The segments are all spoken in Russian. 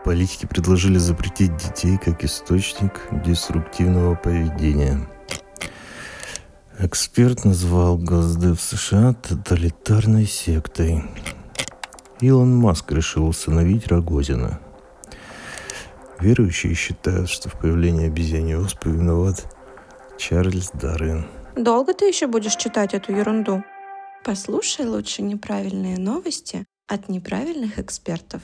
Политики предложили запретить детей как источник деструктивного поведения. Эксперт назвал Госдеп США тоталитарной сектой. Илон Маск решил усыновить Рогозина. Верующие считают, что в появлении обезьяньей оспы виноват Чарльз Дарвин. Долго ты еще будешь читать эту ерунду? Послушай лучше неправильные новости от неправильных экспертов.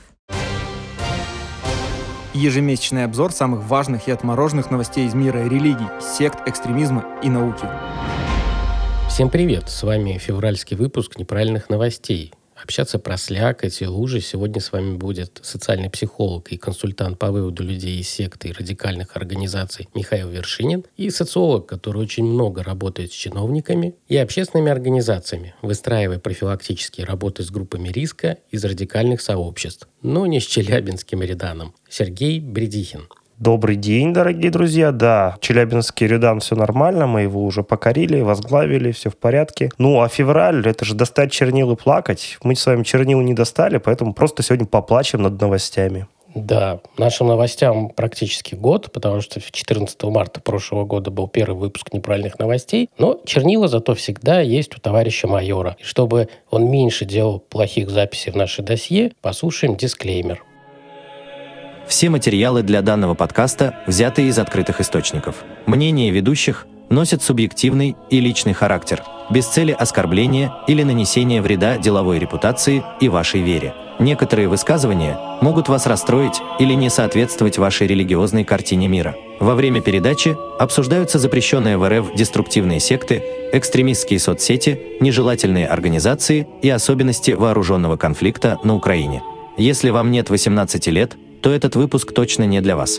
Ежемесячный обзор самых важных и отмороженных новостей из мира религий, сект, экстремизма и науки. Всем привет! С вами февральский выпуск неправильных новостей. Общаться про слякоть и лужи сегодня с вами будет социальный психолог и консультант по выводу людей из секты и радикальных организаций Михаил Вершинин и социолог, который очень много работает с чиновниками и общественными организациями, выстраивая профилактические работы с группами риска из радикальных сообществ, но не с челябинским Эриданом, Сергей Бредихин. Добрый день, дорогие друзья. Да, Челябинский Редан, все нормально, мы его уже покорили, возглавили, все в порядке. Ну, а февраль, это же достать чернил и плакать. Мы с вами чернил не достали, поэтому просто сегодня поплачем над новостями. Да, нашим новостям практически год, потому что 14 марта прошлого года был первый выпуск неправильных новостей, но чернила зато всегда есть у товарища майора. И чтобы он меньше делал плохих записей в наше досье, послушаем дисклеймер. Все материалы для данного подкаста взяты из открытых источников. Мнения ведущих носят субъективный и личный характер, без цели оскорбления или нанесения вреда деловой репутации и вашей вере. Некоторые высказывания могут вас расстроить или не соответствовать вашей религиозной картине мира. Во время передачи обсуждаются запрещенные в РФ деструктивные секты, экстремистские соцсети, нежелательные организации и особенности вооруженного конфликта на Украине. Если вам нет 18 лет, то этот выпуск точно не для вас.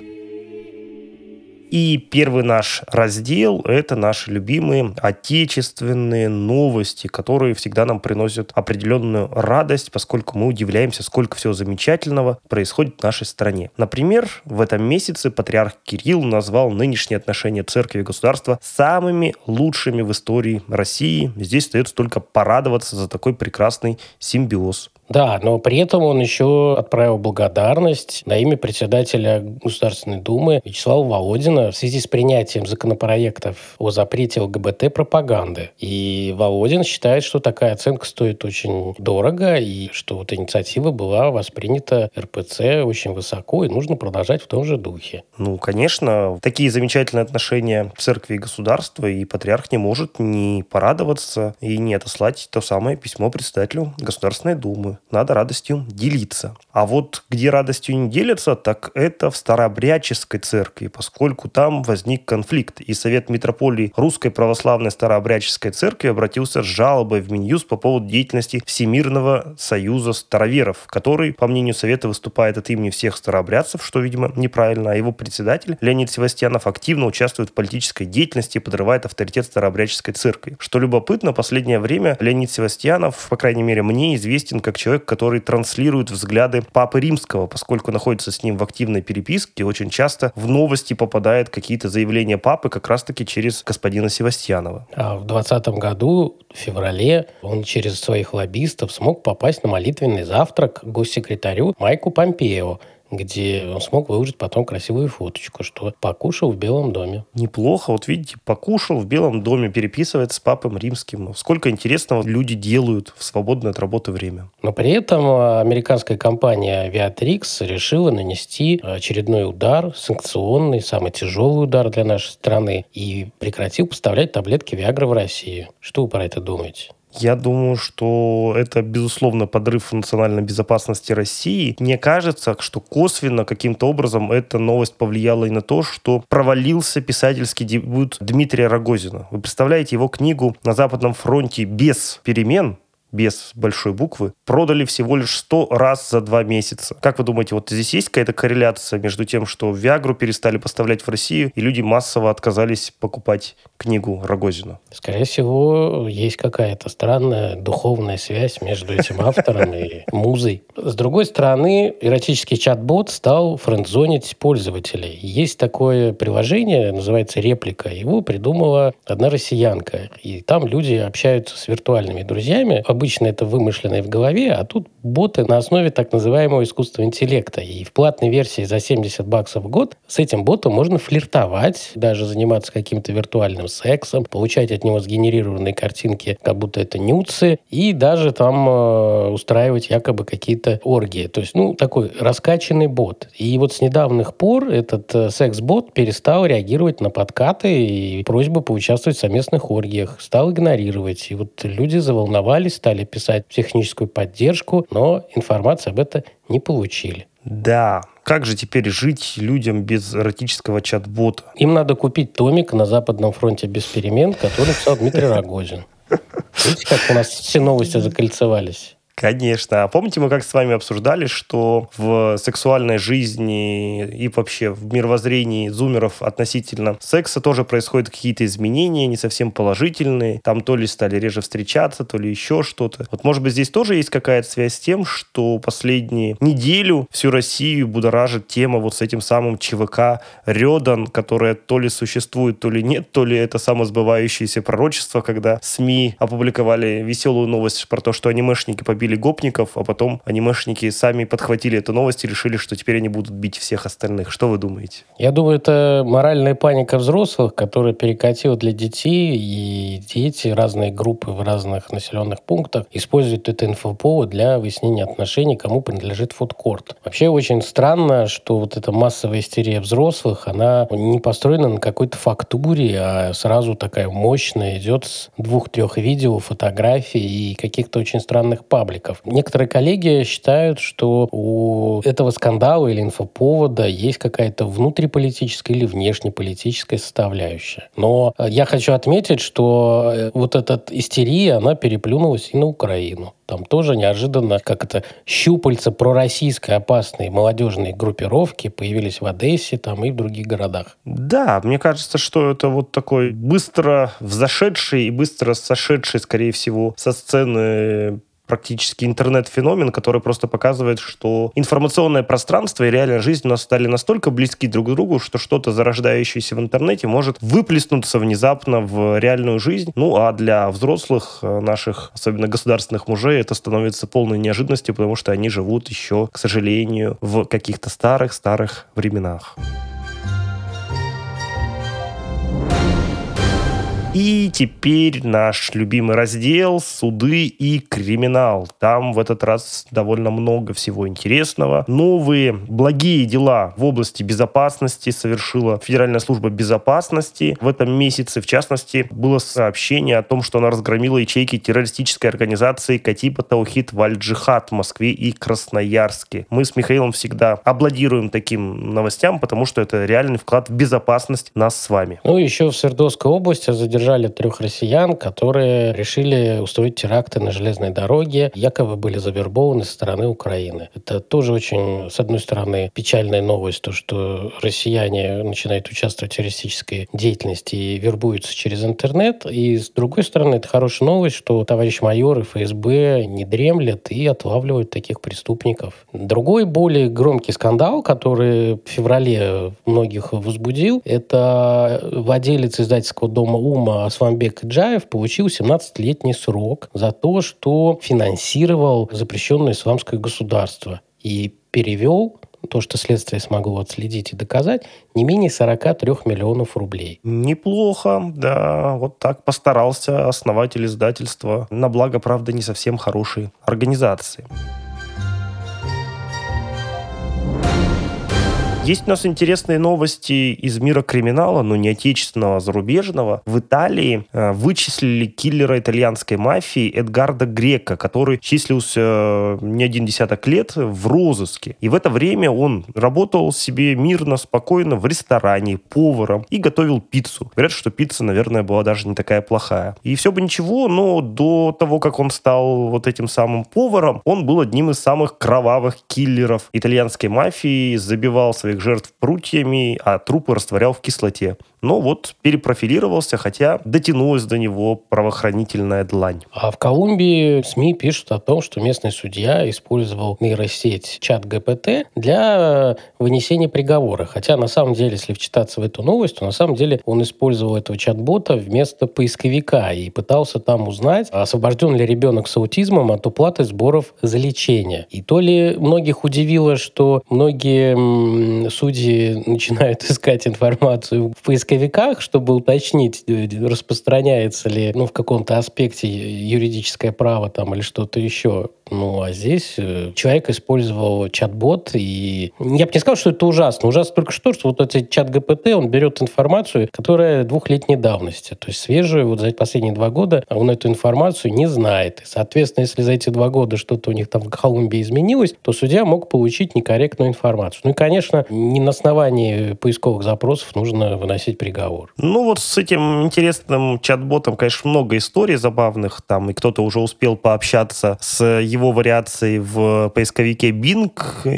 И первый наш раздел – это наши любимые отечественные новости, которые всегда нам приносят определенную радость, поскольку мы удивляемся, сколько всего замечательного происходит в нашей стране. Например, в этом месяце патриарх Кирилл назвал нынешние отношения церкви и государства самыми лучшими в истории России. Здесь остается только порадоваться за такой прекрасный симбиоз. Да, но при этом он еще отправил благодарность на имя председателя Государственной Думы Вячеслава Володина в связи с принятием законопроектов о запрете ЛГБТ-пропаганды. И Володин считает, что такая оценка стоит очень дорого, и что вот инициатива была воспринята РПЦ очень высоко, и нужно продолжать в том же духе. Ну, конечно, такие замечательные отношения церкви и государства, и патриарх не может не порадоваться и не отослать то самое письмо председателю Государственной Думы. Надо радостью делиться. А вот где радостью не делятся, так это в Старообрядческой церкви, поскольку там возник конфликт. И Совет митрополии Русской Православной Старообрядческой церкви обратился с жалобой в Минюст по поводу деятельности Всемирного союза староверов, который, по мнению Совета, выступает от имени всех старообрядцев, что, видимо, неправильно, а его председатель Леонид Севастьянов активно участвует в политической деятельности и подрывает авторитет Старообрядческой церкви. Что любопытно, в последнее время Леонид Севастьянов, по крайней мере, мне известен как человек, который транслирует взгляды Папы Римского, поскольку находится с ним в активной переписке, очень часто в новости попадают какие-то заявления Папы как раз-таки через господина Севастьянова. А в 2020 году, в феврале, он через своих лоббистов смог попасть на молитвенный завтрак к госсекретарю Майку Помпео, где он смог выложить потом красивую фоточку, что покушал в Белом доме. Неплохо. Вот видите, покушал в Белом доме, переписывается с Папой Римским. Сколько интересного люди делают в свободное от работы время. Но при этом американская компания Viatrix решила нанести очередной удар, санкционный, самый тяжелый удар для нашей страны, и прекратил поставлять таблетки Viagra в Россию. Что вы про это думаете? Я думаю, что это, безусловно, подрыв национальной безопасности России. Мне кажется, что косвенно каким-то образом эта новость повлияла и на то, что провалился писательский дебют Дмитрия Рогозина. Вы представляете, его книгу «На Западном фронте без перемен», без большой буквы, продали всего лишь 100 раз за 2 месяца. Как вы думаете, вот здесь есть какая-то корреляция между тем, что Виагру перестали поставлять в Россию, и люди массово отказались покупать книгу Рогозина? Скорее всего, есть какая-то странная духовная связь между этим автором и музой. С другой стороны, эротический чат-бот стал френдзонить пользователей. Есть такое приложение, называется «Реплика». Его придумала одна россиянка. И там люди общаются с виртуальными друзьями, обычно это вымышленное в голове, а тут боты на основе так называемого искусственного интеллекта. И в платной версии за $70 в год с этим ботом можно флиртовать, даже заниматься каким-то виртуальным сексом, получать от него сгенерированные картинки, как будто это нюцы, и даже там устраивать якобы какие-то оргии. То есть, такой раскачанный бот. И вот с недавних пор этот секс-бот перестал реагировать на подкаты и просьбы поучаствовать в совместных оргиях, стал игнорировать. И вот люди заволновались, стали писать техническую поддержку, но информации об этом не получили. Да, как же теперь жить людям без эротического чат-бота? Им надо купить томик «На Западном фронте без перемен», который написал Дмитрий Рогозин. Видите, как у нас все новости закольцевались? Конечно. А помните, мы как с вами обсуждали, что в сексуальной жизни и вообще в мировоззрении зумеров относительно секса тоже происходят какие-то изменения, не совсем положительные. Там то ли стали реже встречаться, то ли еще что-то. Вот, может быть, здесь тоже есть какая-то связь с тем, что последнюю неделю всю Россию будоражит тема вот с этим самым ЧВК Рёдан, которая то ли существует, то ли нет, то ли это самосбывающееся пророчество, когда СМИ опубликовали веселую новость про то, что анимешники побили гопников, а потом анимешники сами подхватили эту новость и решили, что теперь они будут бить всех остальных. Что вы думаете? Я думаю, это моральная паника взрослых, которая перекатила для детей, и дети, разные группы в разных населенных пунктах используют это инфоповод для выяснения отношений, кому принадлежит фудкорт. Вообще очень странно, что вот эта массовая истерия взрослых, она не построена на какой-то фактуре, а сразу такая мощная, идет с 2-3 видео, фотографий и каких-то очень странных пабликов. Некоторые коллеги считают, что у этого скандала или инфоповода есть какая-то внутриполитическая или внешнеполитическая составляющая. Но я хочу отметить, что вот эта истерия, она переплюнулась и на Украину. Там тоже неожиданно щупальца пророссийской опасной молодежной группировки появились в Одессе там, и в других городах. Да, мне кажется, что это вот такой быстро взошедший и быстро сошедший, скорее всего, со сцены практически интернет-феномен, который просто показывает, что информационное пространство и реальная жизнь у нас стали настолько близки друг к другу, что что-то, зарождающееся в интернете, может выплеснуться внезапно в реальную жизнь. А для взрослых наших, особенно государственных мужей, это становится полной неожиданностью, потому что они живут еще, к сожалению, в каких-то старых-старых временах. И теперь наш любимый раздел «Суды и криминал». Там в этот раз довольно много всего интересного. Новые благие дела в области безопасности совершила Федеральная служба безопасности. В этом месяце, в частности, было сообщение о том, что она разгромила ячейки террористической организации Катиба Таухид Валь-Джихад в Москве и Красноярске. Мы с Михаилом всегда аплодируем таким новостям, потому что это реальный вклад в безопасность нас с вами. Еще в Свердловской области задержали 3 россиян, которые решили устроить теракты на железной дороге, якобы были завербованы со стороны Украины. Это тоже очень, с одной стороны, печальная новость, то, что россияне начинают участвовать в террористической деятельности и вербуются через интернет. И с другой стороны, это хорошая новость, что товарищ майор и ФСБ не дремлят и отлавливают таких преступников. Другой, более громкий скандал, который в феврале многих возбудил, это владелец издательского дома «Ума» Асламбек Джаев получил 17-летний срок за то, что финансировал запрещенное исламское государство и перевел, то, что следствие смогло отследить и доказать, не менее 43 миллионов рублей. Неплохо, да. Вот так постарался основатель издательства. На благо, правда, не совсем хорошей организации. Есть у нас интересные новости из мира криминала, но не отечественного, а зарубежного. В Италии вычислили киллера итальянской мафии Эдгардо Грека, который числился не один десяток лет в розыске. И в это время он работал себе мирно, спокойно в ресторане, поваром и готовил пиццу. Говорят, что пицца, наверное, была даже не такая плохая. И все бы ничего, но до того, как он стал вот этим самым поваром, он был одним из самых кровавых киллеров итальянской мафии, забивал своих жертв прутьями, а трупы растворял в кислоте. но вот перепрофилировался, хотя дотянулась до него правоохранительная длань. А в Колумбии СМИ пишут о том, что местный судья использовал нейросеть ChatGPT для вынесения приговора. Хотя на самом деле, если вчитаться в эту новость, то на самом деле он использовал этого чат-бота вместо поисковика и пытался там узнать, освобожден ли ребенок с аутизмом от уплаты сборов за лечение. И то ли многих удивило, что многие судьи начинают искать информацию в поисковиках, чтобы уточнить, распространяется ли в каком-то аспекте юридическое право там, или что-то еще. А здесь человек использовал чат-бот, и я бы не сказал, что это ужасно. Ужасно только что вот этот чат-ГПТ, он берет информацию, которая 2-летней давности, то есть свежую, вот за последние 2 года он эту информацию не знает. И, соответственно, если за эти 2 года что-то у них там в Колумбии изменилось, то судья мог получить некорректную информацию. И, конечно, не на основании поисковых запросов нужно выносить приговор. Вот с этим интересным чат-ботом, конечно, много историй забавных. Там и кто-то уже успел пообщаться с его вариацией в поисковике Bing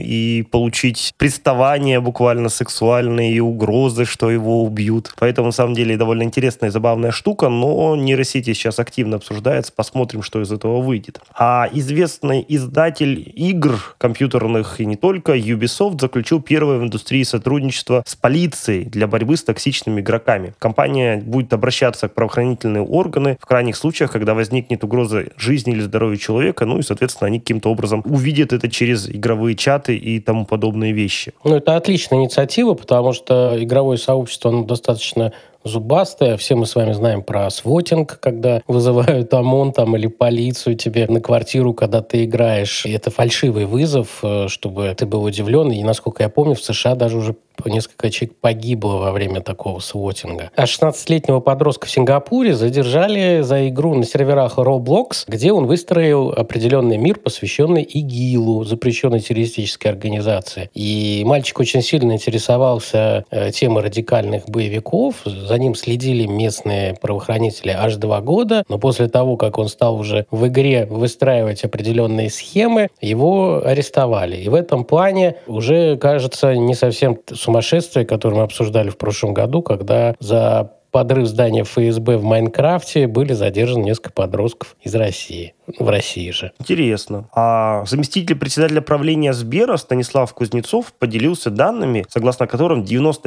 и получить приставания буквально сексуальные и угрозы, что его убьют. Поэтому, на самом деле, довольно интересная и забавная штука, но нейросети сейчас активно обсуждается. Посмотрим, что из этого выйдет. А известный издатель игр компьютерных и не только, Ubisoft, заключил первое в индустрии сотрудничество с полицией для борьбы с токсичными игроками. Компания будет обращаться к правоохранительным органам в крайних случаях, когда возникнет угроза жизни или здоровью человека, и, соответственно, они каким-то образом увидят это через игровые чаты и тому подобные вещи. Это отличная инициатива, потому что игровое сообщество, оно достаточно зубастая. Все мы с вами знаем про свотинг, когда вызывают ОМОН или полицию тебе на квартиру, когда ты играешь. И это фальшивый вызов, чтобы ты был удивлен. И, насколько я помню, в США даже уже несколько человек погибло во время такого свотинга. А 16-летнего подростка в Сингапуре задержали за игру на серверах Roblox, где он выстроил определенный мир, посвященный ИГИЛу, запрещенной террористической организации. И мальчик очень сильно интересовался темой радикальных боевиков. За ним следили местные правоохранители аж 2 года. Но после того, как он стал уже в игре выстраивать определенные схемы, его арестовали. И в этом плане уже, кажется, не совсем сумасшествие, которое мы обсуждали в прошлом году, когда за подрыв здания ФСБ в Майнкрафте были задержаны несколько подростков из России. В России же. Интересно. А заместитель председателя правления Сбера Станислав Кузнецов поделился данными, согласно которым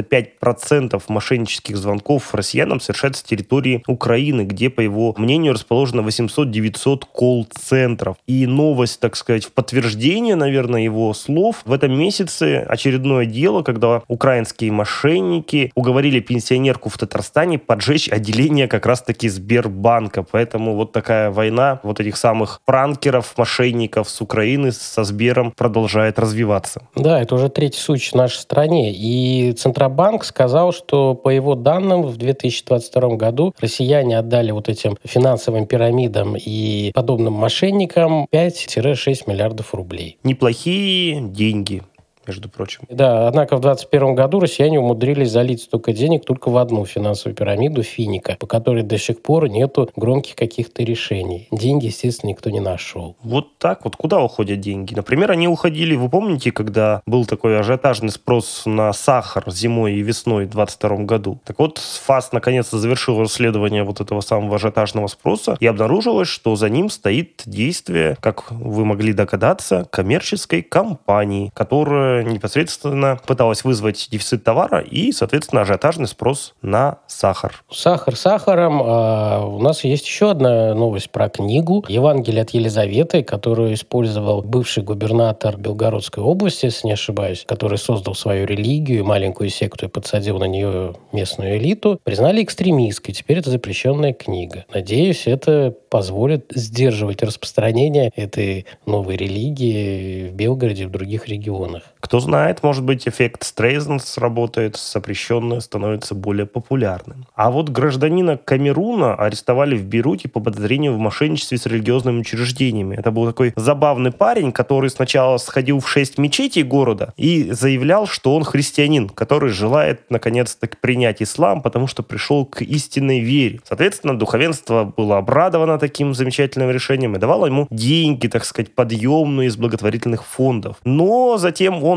95% мошеннических звонков россиянам совершаются с территории Украины, где, по его мнению, расположено 800-900 колл-центров. И новость, так сказать, в подтверждение, наверное, его слов. В этом месяце очередное дело, когда украинские мошенники уговорили пенсионерку в Татарстане поджечь отделение как раз-таки Сбербанка. Поэтому вот такая война вот этих самых пранкеров, мошенников с Украины со Сбером продолжает развиваться. Да, это уже 3-й случай в нашей стране. И Центробанк сказал, что по его данным в 2022 году россияне отдали вот этим финансовым пирамидам и подобным мошенникам 5-6 миллиардов рублей. Неплохие деньги, между прочим. Да, однако в 2021 году россияне умудрились залить столько денег только в одну финансовую пирамиду Финика, по которой до сих пор нету громких каких-то решений. Деньги, естественно, никто не нашел. Вот так вот. Куда уходят деньги? Например, они уходили, вы помните, когда был такой ажиотажный спрос на сахар зимой и весной в 2022 году? Так вот, ФАС наконец-то завершил расследование вот этого самого ажиотажного спроса, и обнаружилось, что за ним стоит действие, как вы могли догадаться, коммерческой компании, которая непосредственно пыталась вызвать дефицит товара и, соответственно, ажиотажный спрос на сахар. Сахар сахаром. У нас есть еще одна новость про книгу «Евангелие от Елизаветы», которую использовал бывший губернатор Белгородской области, если не ошибаюсь, который создал свою религию, маленькую секту и подсадил на нее местную элиту. Признали экстремистской. Теперь это запрещенная книга. Надеюсь, это позволит сдерживать распространение этой новой религии в Белгороде и в других регионах. Кто знает, может быть, эффект Стрейзанд сработает, запрещенное становится более популярным. А вот гражданина Камеруна арестовали в Бейруте по подозрению в мошенничестве с религиозными учреждениями. Это был такой забавный парень, который сначала сходил в 6 мечетей города и заявлял, что он христианин, который желает, наконец-то, принять ислам, потому что пришел к истинной вере. Соответственно, духовенство было обрадовано таким замечательным решением и давало ему деньги, так сказать, подъемные из благотворительных фондов. Но затем он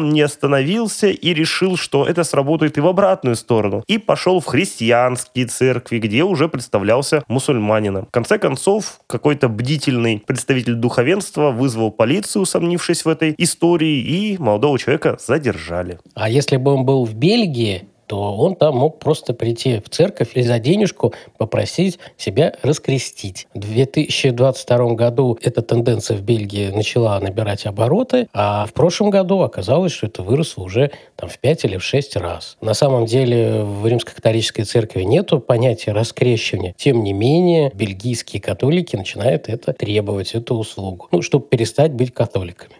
этом не остановился и решил, что это сработает и в обратную сторону. И пошел в христианские церкви, где уже представлялся мусульманином. В конце концов, какой-то бдительный представитель духовенства вызвал полицию, усомнившись в этой истории, и молодого человека задержали. А если бы он был в Бельгии, то он там мог просто прийти в церковь и за денежку попросить себя раскрестить. В 2022 году эта тенденция в Бельгии начала набирать обороты, а в прошлом году оказалось, что это выросло уже в 5 или в 6 раз. На самом деле в Римско-католической церкви нету понятия раскрещивания. Тем не менее, бельгийские католики начинают это требовать, эту услугу, чтобы перестать быть католиками.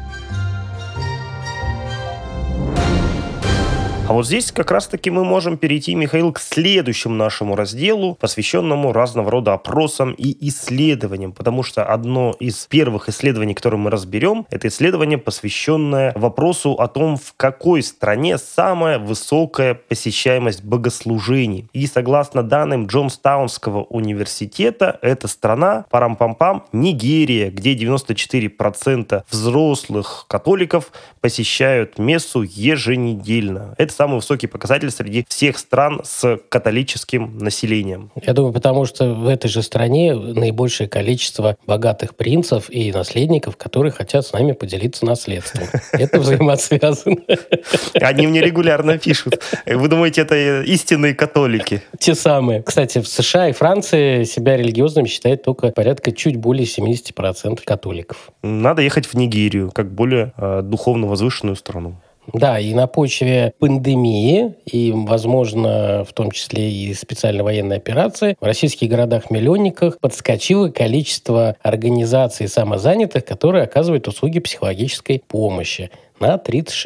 А вот здесь как раз-таки мы можем перейти, Михаил, к следующему нашему разделу, посвященному разного рода опросам и исследованиям, потому что одно из первых исследований, которое мы разберем, это исследование, посвященное вопросу о том, в какой стране самая высокая посещаемость богослужений. И согласно данным Джонстаунского университета, эта страна, парам-пам-пам, Нигерия, где 94% взрослых католиков посещают мессу еженедельно. Это самый высокий показатель среди всех стран с католическим населением. Я думаю, потому что в этой же стране наибольшее количество богатых принцев и наследников, которые хотят с нами поделиться наследством. Это взаимосвязано. Они мне регулярно пишут. Вы думаете, это истинные католики? Те самые. Кстати, в США и Франции себя религиозными считает только порядка чуть более 70% католиков. Надо ехать в Нигерию, как более духовно возвышенную страну. Да, и на почве пандемии и, возможно, в том числе и специальной военной операции в российских городах-миллионниках подскочило количество организаций самозанятых, которые оказывают услуги психологической помощи на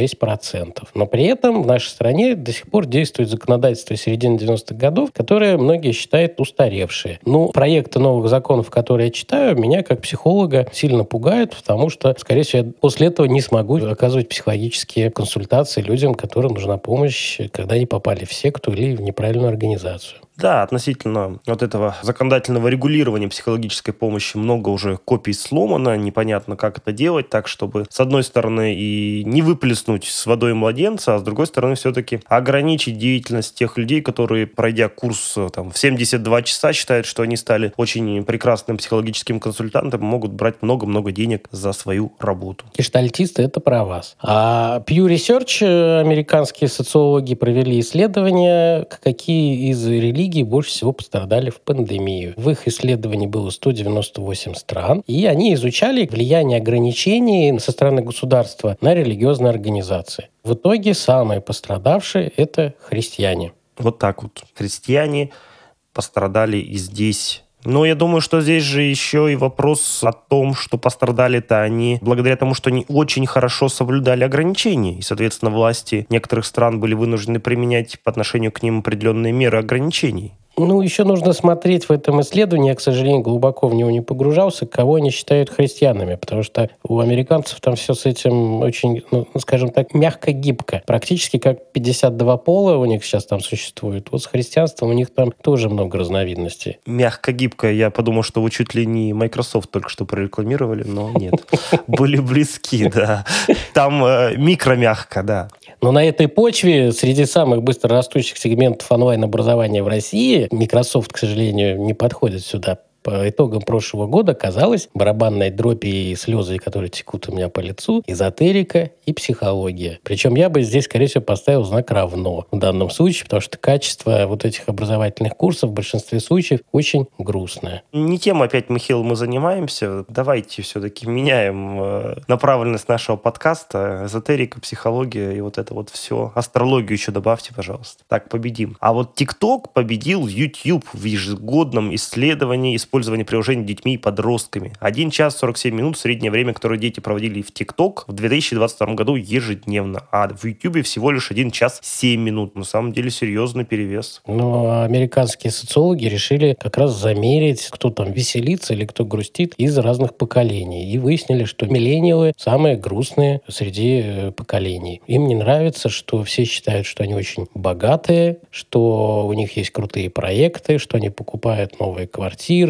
36%. Но при этом в нашей стране до сих пор действует законодательство середины 90-х годов, которое многие считают устаревшие. Проекты новых законов, которые я читаю, меня как психолога сильно пугают, потому что, скорее всего, я после этого не смогу оказывать психологические консультации людям, которым нужна помощь, когда они попали в секту или в неправильную организацию. Да, относительно вот этого законодательного регулирования психологической помощи много уже копий сломано, непонятно, как это делать так, чтобы, с одной стороны, и не выплеснуть с водой младенца, а с другой стороны, все-таки ограничить деятельность тех людей, которые, пройдя курс в 72 часа, считают, что они стали очень прекрасным психологическим консультантом, могут брать много-много денег за свою работу. Гештальтисты — это про вас. А Pew Research, американские социологи, провели исследования, какие из религий больше всего пострадали в пандемию. В их исследовании было 198 стран, и они изучали влияние ограничений со стороны государства на религиозные организации. В итоге самые пострадавшие — это христиане. Вот так вот. Христиане пострадали и здесь. Но я думаю, что здесь же еще и вопрос о том, что пострадали-то они благодаря тому, что они очень хорошо соблюдали ограничения. И, соответственно, власти некоторых стран были вынуждены применять по отношению к ним определенные меры ограничений. Еще нужно смотреть в этом исследовании, я, к сожалению, глубоко в него не погружался, кого они считают христианами, потому что у американцев там все с этим очень, скажем так, мягко-гибко. Практически как 52 пола у них сейчас там существует. Вот с христианством у них там тоже много разновидностей. Мягко-гибко. Я подумал, что вы чуть ли не Microsoft только что прорекламировали, но нет. Были близки, да. Там микромягко, да. Но на этой почве среди самых быстро растущих сегментов онлайн-образования в России Microsoft, к сожалению, не подходит сюда. По итогам прошлого года оказалось барабанная дробь и слезы, которые текут у меня по лицу, эзотерика и психология. Причем я бы здесь, скорее всего, поставил знак «равно» в данном случае, потому что качество вот этих образовательных курсов в большинстве случаев очень грустное. Не тем опять, Михаил, мы занимаемся. Давайте все-таки меняем направленность нашего подкаста. Эзотерика, психология и вот это вот все. Астрологию еще добавьте, пожалуйста. Так победим. А вот TikTok победил YouTube в ежегодном исследовании использования приложений детьми и подростками. 1 час 47 минут среднее время, которое дети проводили в TikTok в 2022 году ежедневно. А в YouTube всего лишь 1 час 7 минут. На самом деле серьезный перевес. Но американские социологи решили как раз замерить, кто там веселится или кто грустит из разных поколений. И выяснили, что миллениалы самые грустные среди поколений. Им не нравится, что все считают, что они очень богатые, что у них есть крутые проекты, что они покупают новые квартиры,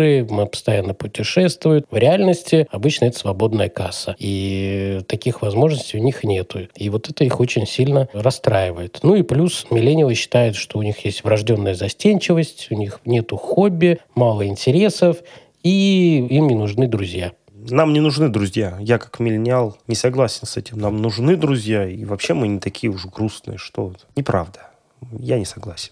игры, мы постоянно путешествуем. В реальности обычно это свободная касса. И таких возможностей у них нету. И вот это их очень сильно расстраивает. Ну и плюс миллениалы считают, что у них есть врожденная застенчивость, у них нету хобби, мало интересов, и им не нужны друзья. Нам не нужны друзья. Я, как миллениал, не согласен с этим. Нам нужны друзья, и вообще мы не такие уж грустные, что это. Неправда. Я не согласен.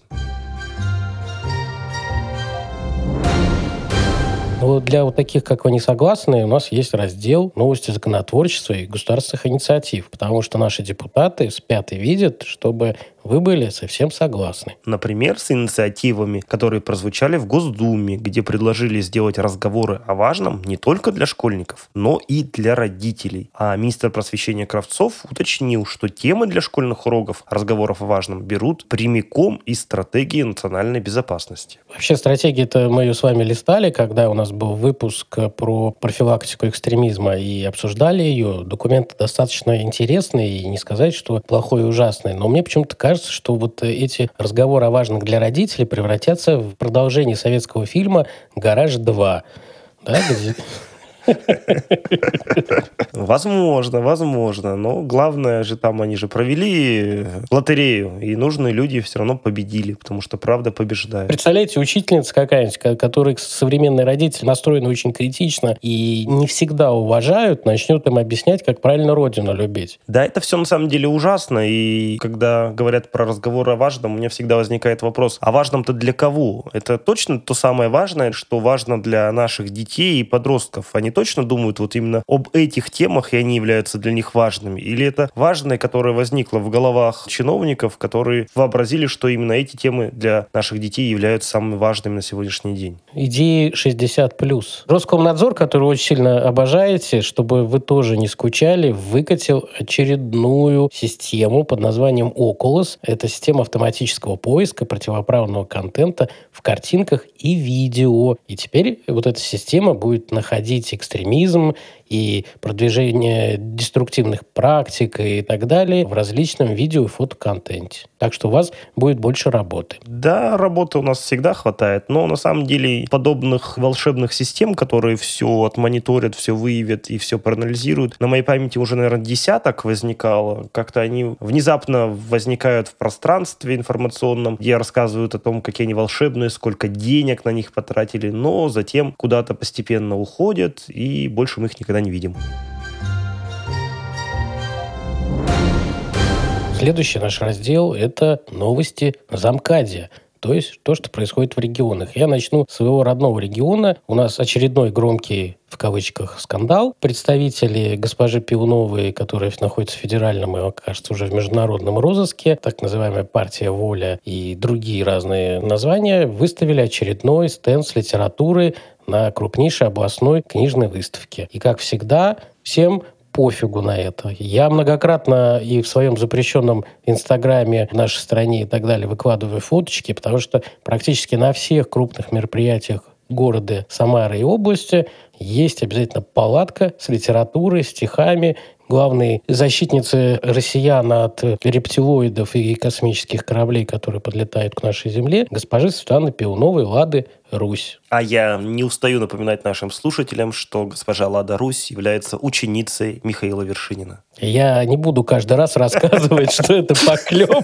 Но для вот таких, как вы, не согласны, у нас есть раздел «Новости законотворчества и государственных инициатив», потому что наши депутаты спят и видят, чтобы вы были совсем согласны. Например, с инициативами, которые прозвучали в Госдуме, где предложили сделать разговоры о важном не только для школьников, но и для родителей. А министр просвещения Кравцов уточнил, что темы для школьных уроков разговоров о важном берут прямиком из стратегии национальной безопасности. Вообще, стратегии-то мы ее с вами листали, когда у нас был выпуск про профилактику экстремизма, и обсуждали ее. Документы достаточно интересные, и не сказать, что плохой и ужасный. Но мне почему-то кажется, что вот эти разговоры о важных для родителей превратятся в продолжение советского фильма «Гараж 2». Да, где... Возможно. Но главное же там, они же провели лотерею, и нужные люди все равно победили, потому что правда побеждает. Представляете, учительница какая-нибудь, которая современные родители настроены очень критично и не всегда уважают, начнет им объяснять, как правильно родину любить. Да, это все на самом деле ужасно, и когда говорят про разговоры о важном, у меня всегда возникает вопрос, а важном-то для кого? Это точно то самое важное, что важно для наших детей и подростков? Они точно думают вот именно об этих темах, и они являются для них важными? Или это важное, которое возникло в головах чиновников, которые вообразили, что именно эти темы для наших детей являются самыми важными на сегодняшний день? Идеи 60+. Роскомнадзор, который вы очень сильно обожаете, чтобы вы тоже не скучали, выкатил очередную систему под названием Oculus. Это система автоматического поиска противоправного контента в картинках и видео. И теперь вот эта система будет находить экстремизм и продвижение деструктивных практик и так далее в различном видео и фотоконтенте. Так что у вас будет больше работы. Да, работы у нас всегда хватает, но на самом деле подобных волшебных систем, которые все отмониторят, все выявят и все проанализируют, на моей памяти уже, наверное, десяток возникало. Как-то они внезапно возникают в пространстве информационном, где рассказывают о том, какие они волшебные, сколько денег на них потратили, но затем куда-то постепенно уходят, и больше мы их никогда не видим. Следующий наш раздел – это новости Замкадия. То есть то, что происходит в регионах. Я начну с своего родного региона. У нас очередной громкий, в кавычках, скандал. Представители госпожи Пивновой, которая находится в федеральном и, кажется, уже в международном розыске, так называемая партия «Воля» и другие разные названия, выставили очередной стенд с литературой на крупнейшей областной книжной выставке. И, как всегда, всем пофигу на это. Я многократно и в своем запрещенном Инстаграме в нашей стране и так далее выкладываю фоточки, потому что практически на всех крупных мероприятиях города Самары и области есть обязательно палатка с литературой, стихами. Главные защитницы россиян от рептилоидов и космических кораблей, которые подлетают к нашей Земле, госпожи Светланы Пивновой, Лады Русь. А я не устаю напоминать нашим слушателям, что госпожа Лада Русь является ученицей Михаила Вершинина. Я не буду каждый раз рассказывать, что это поклеп.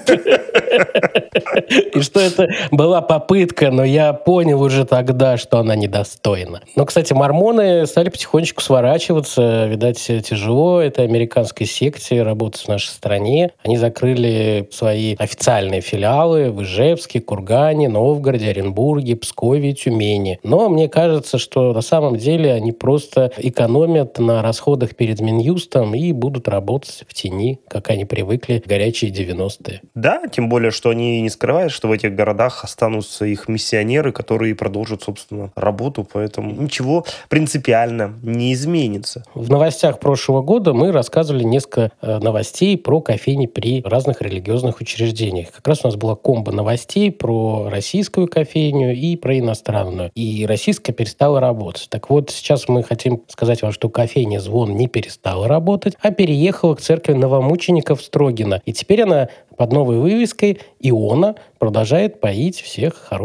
И что это была попытка, но я понял уже тогда, что она недостойна. Но, кстати, мормоны стали потихонечку сворачиваться. Видать, тяжело этой американской секте работать в нашей стране. Они закрыли свои официальные филиалы в Ижевске, Кургане, Новгороде, Оренбурге, Пскове, Тюмени. Но мне кажется, что на самом деле они просто экономят на расходах перед Минюстом и будут работать в тени, как они привыкли в горячие 90-е. Да, тем более, что они не скрывают, что в этих городах останутся их миссионеры, которые продолжат, собственно, работу, поэтому ничего принципиально не изменится. В новостях прошлого года мы рассказывали несколько новостей про кофейни при разных религиозных учреждениях. Как раз у нас была комбо новостей про российскую кофейню и про иностранную. И российская перестала работать. Так вот, сейчас мы хотим сказать вам, что кофейня «Звон» не перестала работать, а переехала к церкви новомучеников Строгино. И теперь она под новой вывеской «Иона» продолжает поить всех хорошим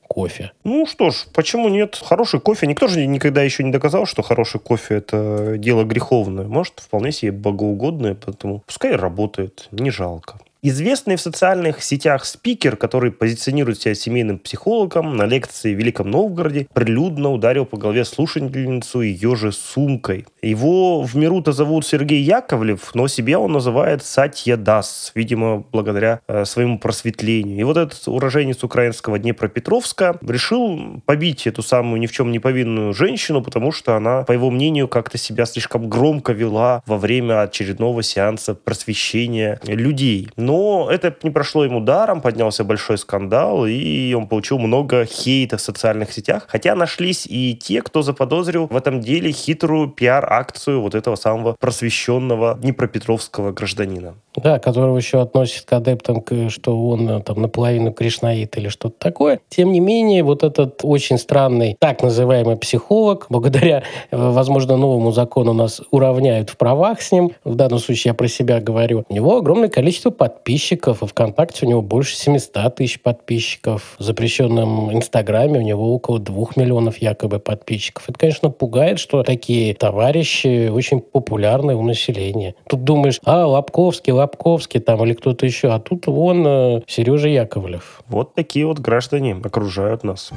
кофе. Ну что ж, почему нет? Хороший кофе. Никто же никогда еще не доказал, что хороший кофе – это дело греховное. Может, вполне себе богоугодное, поэтому пускай работает, не жалко. Известный в социальных сетях спикер, который позиционирует себя семейным психологом, на лекции в Великом Новгороде прилюдно ударил по голове слушательницу ее же сумкой. Его в миру-то зовут Сергей Яковлев, но себя он называет Сатья Дас, видимо, благодаря своему просветлению. И вот этот уроженец украинского Днепропетровска решил побить эту самую ни в чем не повинную женщину, потому что она, по его мнению, как-то себя слишком громко вела во время очередного сеанса просвещения людей. Но это не прошло ему даром, поднялся большой скандал, и он получил много хейта в социальных сетях. Хотя нашлись и те, кто заподозрил в этом деле хитрую пиар-акцию вот этого самого просвещенного днепропетровского гражданина. Да, которого еще относят к адептам, что он там наполовину кришнаит или что-то такое. Тем не менее, вот этот очень странный так называемый психолог, благодаря, возможно, новому закону нас уравняют в правах с ним, в данном случае я про себя говорю, у него огромное количество подписчиков, и ВКонтакте у него больше 700 тысяч подписчиков, в запрещенном Инстаграме у него около 2 миллионов якобы подписчиков. Это, конечно, пугает, что такие товарищи очень популярны у населения. Тут думаешь, Лобковский там или кто-то еще, а тут вон Сережа Яковлев. Вот такие вот граждане окружают нас.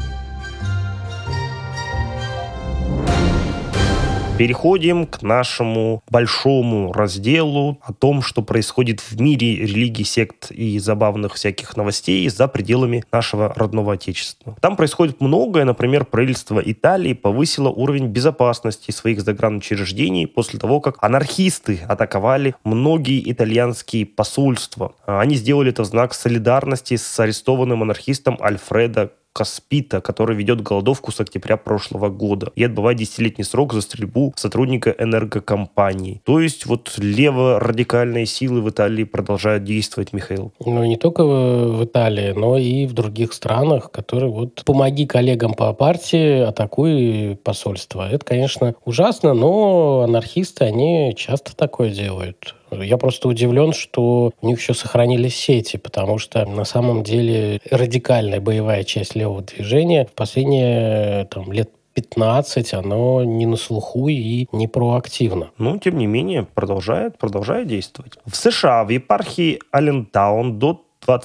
Переходим к нашему большому разделу о том, что происходит в мире религий, сект и забавных всяких новостей за пределами нашего родного отечества. Там происходит многое. Например, правительство Италии повысило уровень безопасности своих загранучреждений после того, как анархисты атаковали многие итальянские посольства. Они сделали это в знак солидарности с арестованным анархистом Альфредо Каспита, который ведет голодовку с октября прошлого года и отбывает 10-летний срок за стрельбу сотрудника энергокомпании. То есть вот лево-радикальные силы в Италии продолжают действовать, Михаил. Ну, не только в Италии, но и в других странах, которые вот помоги коллегам по партии, атакуй посольство. Это, конечно, ужасно, но анархисты, они часто такое делают. Я просто удивлен, что у них еще сохранились сети, потому что на самом деле радикальная боевая часть левого движения в последние лет 15 оно не на слуху и не проактивно. Но, тем не менее, продолжает действовать. В США, в епархии Аллентаун до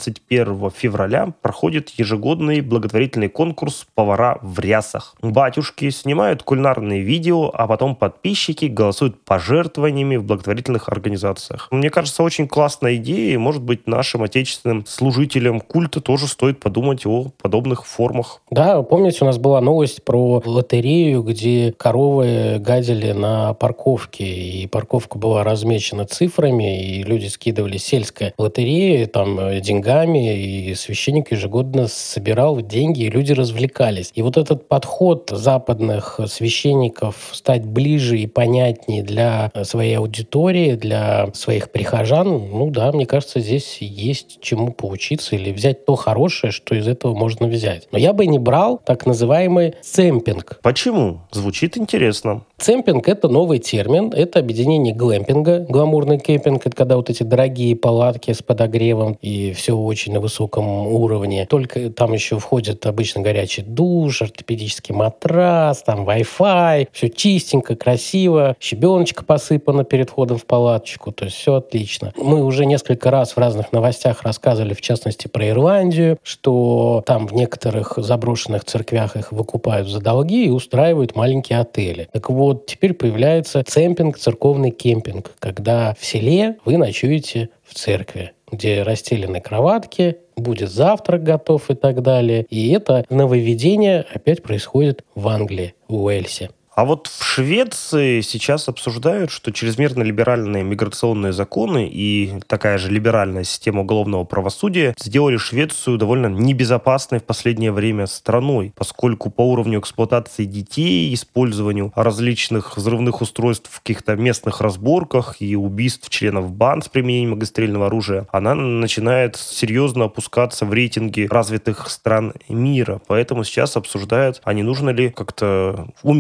21 февраля проходит ежегодный благотворительный конкурс «Повара в рясах». Батюшки снимают кулинарные видео, а потом подписчики голосуют пожертвованиями в благотворительных организациях. Мне кажется, очень классная идея, и, может быть, нашим отечественным служителям культа тоже стоит подумать о подобных формах. Да, помните, у нас была новость про лотерею, где коровы гадили на парковке, и парковка была размечена цифрами, и люди скидывали сельская лотерея, там деньгами, и священник ежегодно собирал деньги, и люди развлекались. И вот этот подход западных священников стать ближе и понятнее для своей аудитории, для своих прихожан, ну да, мне кажется, здесь есть чему поучиться или взять то хорошее, что из этого можно взять. Но я бы не брал так называемый цемпинг. Почему? Звучит интересно. Цемпинг — это новый термин, это объединение глэмпинга. Гламурный кемпинг — это когда вот эти дорогие палатки с подогревом и все очень на высоком уровне. Только там еще входит обычно горячий душ, ортопедический матрас, там Wi-Fi, все чистенько, красиво, щебеночка посыпана перед входом в палаточку, то есть все отлично. Мы уже несколько раз в разных новостях рассказывали, в частности, про Ирландию, что там в некоторых заброшенных церквях их выкупают за долги и устраивают маленькие отели. Так вот, теперь появляется цемпинг, церковный кемпинг, когда в селе вы ночуете в церкви, где расстелены кроватки, будет завтрак готов и так далее. И это нововведение опять происходит в Англии, в Уэльсе. А вот в Швеции сейчас обсуждают, что чрезмерно либеральные миграционные законы и такая же либеральная система уголовного правосудия сделали Швецию довольно небезопасной в последнее время страной, поскольку по уровню эксплуатации детей, использованию различных взрывных устройств в каких-то местных разборках и убийств членов банд с применением огнестрельного оружия, она начинает серьезно опускаться в рейтинге развитых стран мира. Поэтому сейчас обсуждают, а не нужно ли как-то уменьшить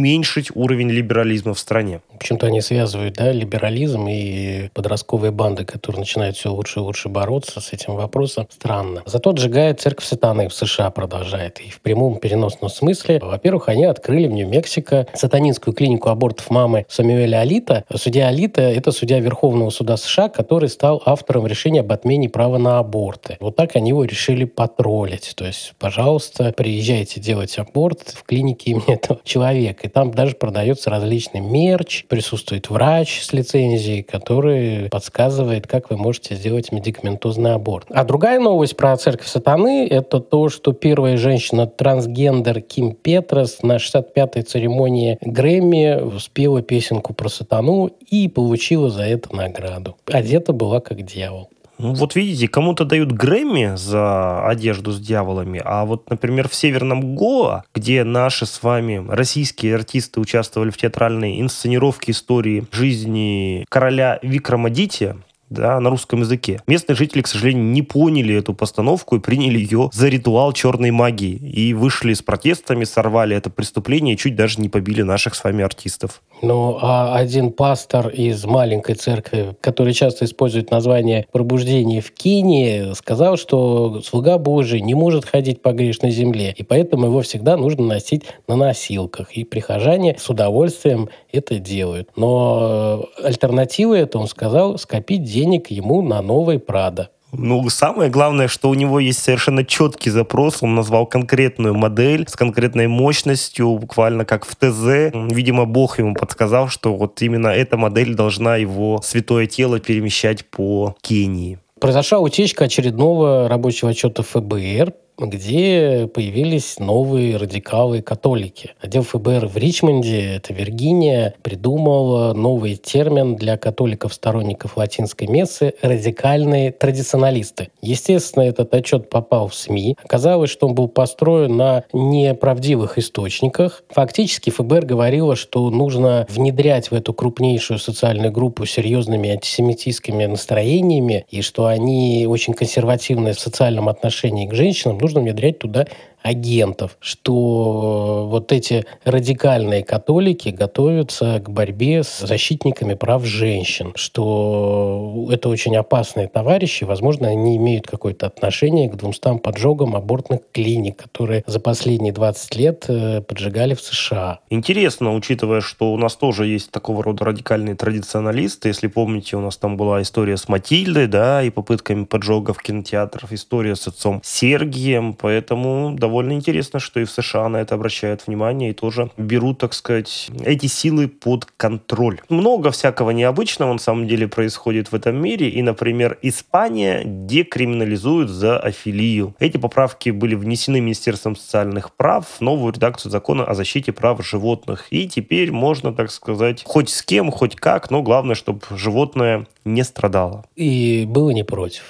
снизить уровень либерализма в стране. Почему-то они связывают, либерализм и подростковые банды, которые начинают все лучше и лучше бороться с этим вопросом. Странно. Зато отжигает церковь сатаны в США продолжает. И в прямом переносном смысле. Во-первых, они открыли в Нью-Мексико сатанинскую клинику абортов мамы Самуэля Алита. Судья Алита — это судья Верховного суда США, который стал автором решения об отмене права на аборты. Вот так они его решили потроллить. То есть, пожалуйста, приезжайте делать аборт в клинике имени этого человека. И там даже продается различный мерч, присутствует врач с лицензией, который подсказывает, как вы можете сделать медикаментозный аборт. А другая новость про церковь сатаны — это то, что первая женщина-трансгендер Ким Петрос на 65-й церемонии Грэмми спела песенку про сатану и получила за это награду. Одета была как дьявол. Ну, вот видите, кому-то дают Грэмми за одежду с дьяволами, а вот, например, в Северном Гоа, где наши с вами российские артисты участвовали в театральной инсценировке истории жизни короля Викрамадитья, на русском языке. Местные жители, к сожалению, не поняли эту постановку и приняли ее за ритуал черной магии. И вышли с протестами, сорвали это преступление и чуть даже не побили наших с вами артистов. Ну, а один пастор из маленькой церкви, который часто использует название «Пробуждение в Кении», сказал, что слуга Божий не может ходить по грешной земле, и поэтому его всегда нужно носить на носилках. И прихожане с удовольствием это делают. Но альтернатива это, он сказал, скопить денег ему на новый Прадо. Ну, самое главное, что у него есть совершенно четкий запрос. Он назвал конкретную модель с конкретной мощностью, буквально как в ТЗ. Видимо, Бог ему подсказал, что вот именно эта модель должна его святое тело перемещать по Кении. Произошла утечка очередного рабочего отчета ФБР, где появились новые радикалы-католики. Отдел ФБР в Ричмонде, это Виргиния, придумал новый термин для католиков-сторонников латинской мессы — радикальные традиционалисты. Естественно, этот отчет попал в СМИ. Оказалось, что он был построен на неправдивых источниках. Фактически ФБР говорило, что нужно внедрять в эту крупнейшую социальную группу серьезными антисемитистскими настроениями, и что они очень консервативны в социальном отношении к женщинам, нужно внедрять туда агентов, что вот эти радикальные католики готовятся к борьбе с защитниками прав женщин, что это очень опасные товарищи, возможно, они имеют какое-то отношение к 200 поджогам абортных клиник, которые за последние 20 лет поджигали в США. Интересно, учитывая, что у нас тоже есть такого рода радикальные традиционалисты. Если помните, у нас там была история с Матильдой, и попытками поджогов кинотеатров, история с отцом Сергием, поэтому довольно интересно, что и в США на это обращают внимание и тоже берут, так сказать, эти силы под контроль. Много всякого необычного на самом деле происходит в этом мире. И, например, Испания декриминализует зоофилию. Эти поправки были внесены Министерством социальных прав в новую редакцию закона о защите прав животных. И теперь можно, так сказать, хоть с кем, хоть как, но главное, чтобы животное не страдало. И было не против.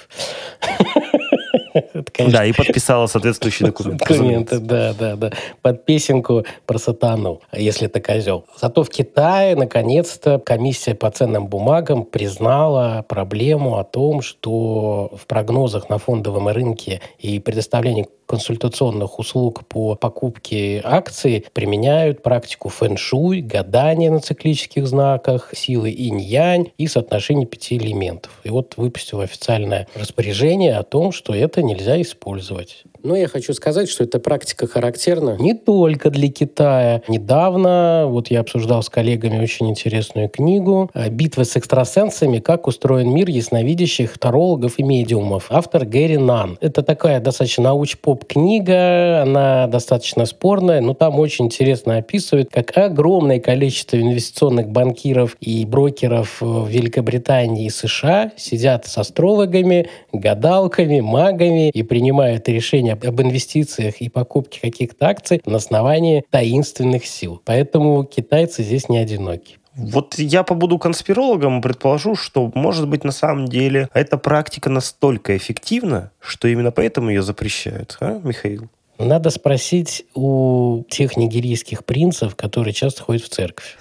Да, и подписала соответствующий документ. Документы, да. Под песенку про сатану, если это козел. Зато в Китае, наконец-то, комиссия по ценным бумагам признала проблему о том, что в прогнозах на фондовом рынке и предоставлении консультационных услуг по покупке акций применяют практику фэн-шуй, гадания на циклических знаках, силы инь-янь и соотношение 5 элементов. И вот выпустило официальное распоряжение о том, что это нельзя использовать. Но я хочу сказать, что эта практика характерна не только для Китая. Недавно вот я обсуждал с коллегами очень интересную книгу «Битва с экстрасенсами. Как устроен мир ясновидящих, тарологов и медиумов». Автор Гэри Нан. Это такая достаточно науч-поп-книга, она достаточно спорная, но там очень интересно описывает, как огромное количество инвестиционных банкиров и брокеров в Великобритании и США сидят с астрологами, гадалками, магами и принимают решения об инвестициях и покупке каких-то акций на основании таинственных сил. Поэтому китайцы здесь не одиноки. Вот я побуду конспирологом и предположу, что, может быть, на самом деле эта практика настолько эффективна, что именно поэтому ее запрещают, Михаил? Надо спросить у тех нигерийских принцев, которые часто ходят в церковь.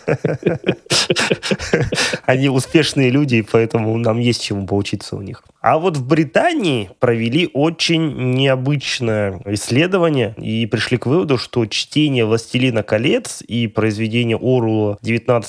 Они успешные люди, поэтому нам есть чему поучиться у них. А вот в Британии провели очень необычное исследование и пришли к выводу, что чтение «Властелина колец» и произведение Оруэлла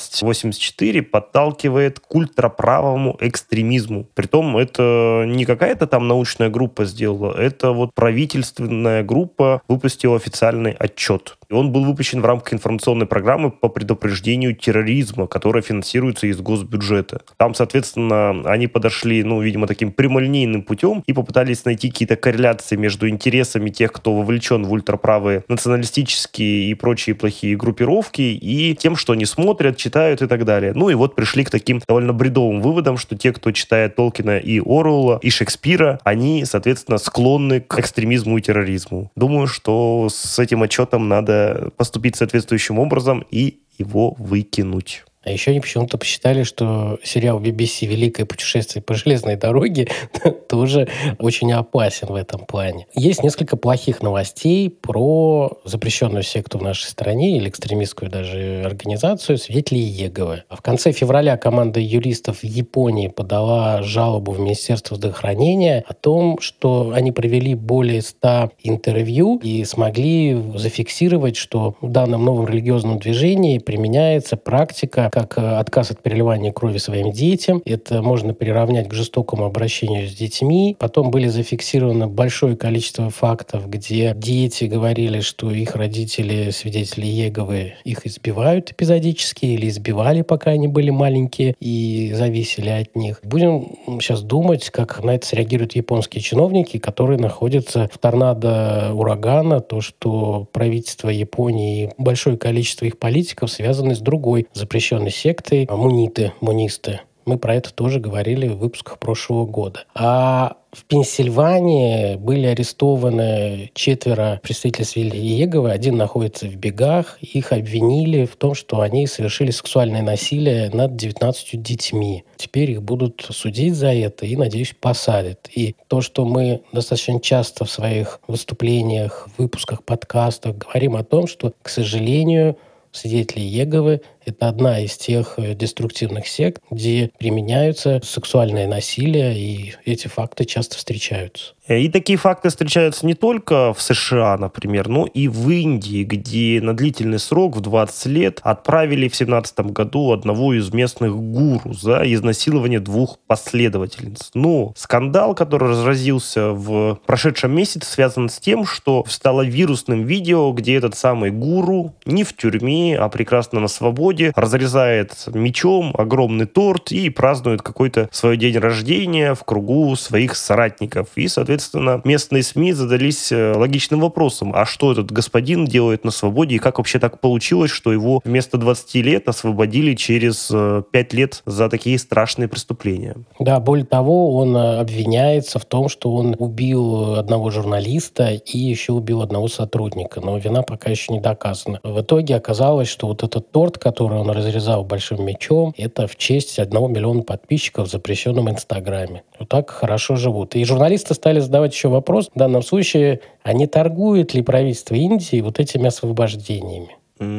1984 подталкивает к ультраправому экстремизму. Притом это не какая-то там научная группа сделала, это вот правительственная группа выпустила официальный отчет. И он был выпущен в рамках информационной программы по предупреждению терроризма, которая финансируется из госбюджета. Там, соответственно, они подошли, видимо, таким прямолинейным путем и попытались найти какие-то корреляции между интересами тех, кто вовлечен в ультраправые националистические и прочие плохие группировки, и тем, что они смотрят, читают и так далее. И вот пришли к таким довольно бредовым выводам, что те, кто читает Толкина и Оруэлла, и Шекспира, они, соответственно, склонны к экстремизму и терроризму. Думаю, что с этим отчетом надо поступить соответствующим образом и его выкинуть. А еще они почему-то посчитали, что сериал BBC «Великое путешествие по железной дороге» тоже очень опасен в этом плане. Есть несколько плохих новостей про запрещенную секту в нашей стране или экстремистскую даже организацию «Свидетели Иеговы». В конце февраля команда юристов в Японии подала жалобу в Министерство здравоохранения о том, что они провели более 100 интервью и смогли зафиксировать, что в данном новом религиозном движении применяется практика как отказ от переливания крови своим детям. Это можно приравнять к жестокому обращению с детьми. Потом были зафиксировано большое количество фактов, где дети говорили, что их родители, свидетели Иеговы, их избивают эпизодически или избивали, пока они были маленькие и зависели от них. Будем сейчас думать, как на это среагируют японские чиновники, которые находятся в торнадо урагана. То, что правительство Японии и большое количество их политиков связаны с другой запрещенной сектой мунисты. Мы про это тоже говорили в выпусках прошлого года. А в Пенсильвании были арестованы 4 представителей свидетелей Иеговы. Один находится в бегах. Их обвинили в том, что они совершили сексуальное насилие над 19 детьми. Теперь их будут судить за это и, надеюсь, посадят. И то, что мы достаточно часто в своих выступлениях, выпусках, подкастах говорим о том, что, к сожалению, свидетели Иеговы — это одна из тех деструктивных сект, где применяются сексуальное насилие, и эти факты часто встречаются. И такие факты встречаются не только в США, например, но и в Индии, где на длительный срок в 20 лет отправили в 2017 году одного из местных гуру за изнасилование 2 последовательниц. Но скандал, который разразился в прошедшем месяце, связан с тем, что стало вирусным видео, где этот самый гуру не в тюрьме, а прекрасно на свободе, разрезает мечом огромный торт и празднует какой-то свой день рождения в кругу своих соратников. И, соответственно, местные СМИ задались логичным вопросом, а что этот господин делает на свободе, и как вообще так получилось, что его вместо 20 лет освободили через 5 лет за такие страшные преступления. Да, более того, он обвиняется в том, что он убил одного журналиста и еще убил одного сотрудника, но вина пока еще не доказана. В итоге оказалось, что вот этот торт, который он разрезал большим мечом, это в честь 1 миллиона подписчиков в запрещенном Инстаграме. Вот так хорошо живут. И журналисты стали задавать еще вопрос, в данном случае, а не торгует ли правительство Индии вот этими освобождениями?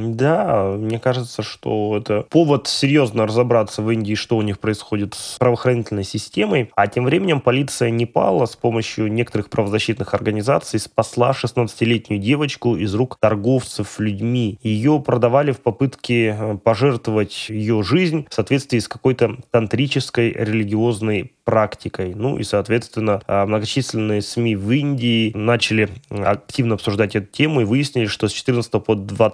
Да, мне кажется, что это повод серьезно разобраться в Индии, что у них происходит с правоохранительной системой. А тем временем полиция Непала с помощью некоторых правозащитных организаций спасла 16-летнюю девочку из рук торговцев людьми. Ее продавали в попытке пожертвовать ее жизнь в соответствии с какой-то тантрической религиозной практикой. И, соответственно, многочисленные СМИ в Индии начали активно обсуждать эту тему и выяснили, что с 14 по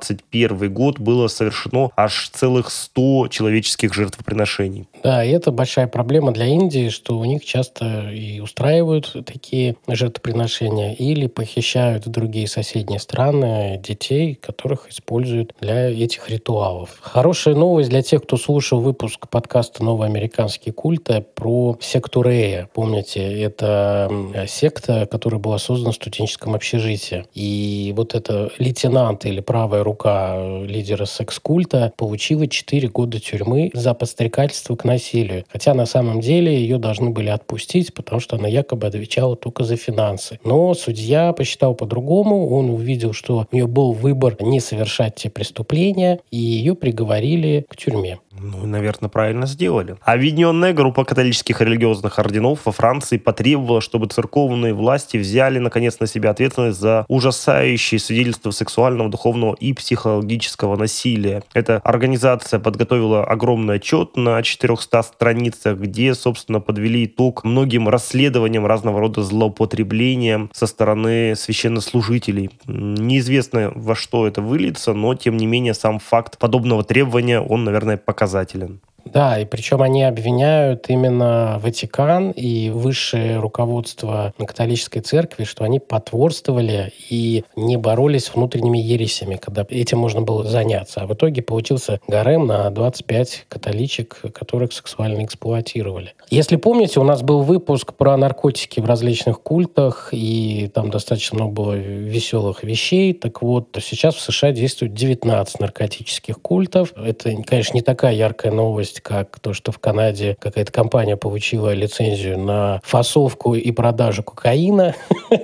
21 год было совершено аж целых 100 человеческих жертвоприношений. Да, и это большая проблема для Индии, что у них часто и устраивают такие жертвоприношения или похищают в другие соседние страны детей, которых используют для этих ритуалов. Хорошая новость для тех, кто слушал выпуск подкаста «Новые американские культы» про секту секту Рея. Помните, это секта, которая была создана в студенческом общежитии. И вот эта лейтенант или правая рука лидера секс-культа получила 4 года тюрьмы за подстрекательство к насилию. Хотя на самом деле ее должны были отпустить, потому что она якобы отвечала только за финансы. Но судья посчитал по-другому. Он увидел, что у нее был выбор не совершать те преступления, и ее приговорили к тюрьме. Ну, наверное, правильно сделали. Объединенная группа католических религиозных орденов во Франции потребовала, чтобы церковные власти взяли, наконец, на себя ответственность за ужасающие свидетельства сексуального, духовного и психологического насилия. Эта организация подготовила огромный отчет на 400 страницах, где, собственно, подвели итог многим расследованиям разного рода злоупотребления со стороны священнослужителей. Неизвестно, во что это выльется, но, тем не менее, сам факт подобного требования, он, наверное, показателен. Да, и причем они обвиняют именно Ватикан и высшее руководство католической церкви, что они потворствовали и не боролись с внутренними ересями, когда этим можно было заняться. А в итоге получился гарем на 25 католичек, которых сексуально эксплуатировали. Если помните, у нас был выпуск про наркотики в различных культах, и там достаточно много было веселых вещей. Так вот, сейчас в США действует 19 наркотических культов. Это, конечно, не такая яркая новость, как то, что в Канаде какая-то компания получила лицензию на фасовку и продажу кокаина.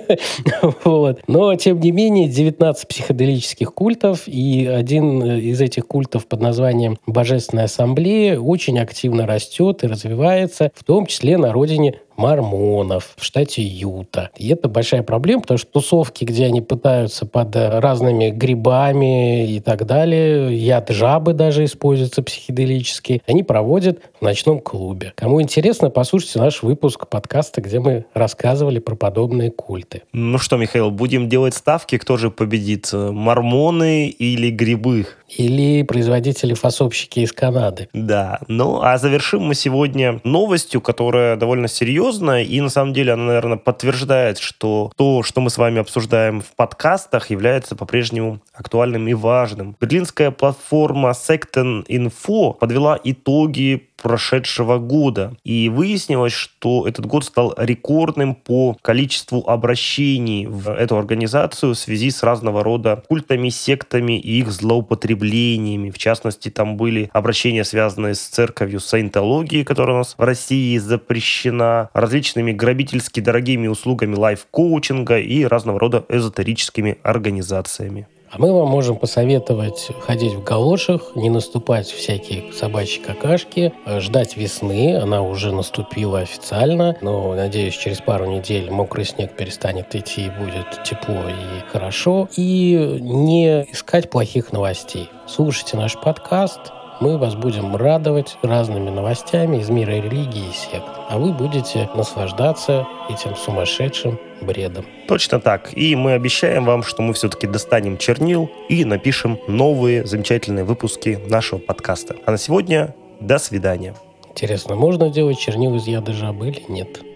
Но, тем не менее, 19 психоделических культов, и один из этих культов под названием Божественная Ассамблея очень активно растет и развивается, в том числе на родине мормонов в штате Юта. И это большая проблема, потому что тусовки, где они пытаются под разными грибами и так далее, яд жабы даже используется психоделический, они проводят в ночном клубе. Кому интересно, послушайте наш выпуск подкаста, где мы рассказывали про подобные культы. Ну что, Михаил, будем делать ставки, кто же победит, мормоны или грибы? Или производители-фасовщики из Канады. Да, ну а завершим мы сегодня новостью, которая довольно серьезная, и на самом деле она, наверное, подтверждает, что то, что мы с вами обсуждаем в подкастах, является по-прежнему актуальным и важным. Берлинская платформа Sekten.info подвела итоги прошедшего года. И выяснилось, что этот год стал рекордным по количеству обращений в эту организацию в связи с разного рода культами, сектами и их злоупотреблениями. В частности, там были обращения, связанные с церковью саентологии, которая у нас в России запрещена, различными грабительски дорогими услугами лайф-коучинга и разного рода эзотерическими организациями. А мы вам можем посоветовать ходить в галошах, не наступать в всякие собачьи какашки, ждать весны. Она уже наступила официально, но, надеюсь, через пару недель мокрый снег перестанет идти, и будет тепло и хорошо. И не искать плохих новостей. Слушайте наш подкаст. Мы вас будем радовать разными новостями из мира религии и сект. А вы будете наслаждаться этим сумасшедшим бредом. Точно так. И мы обещаем вам, что мы все-таки достанем чернил и напишем новые замечательные выпуски нашего подкаста. А на сегодня до свидания. Интересно, можно делать чернил из яда жабы или нет?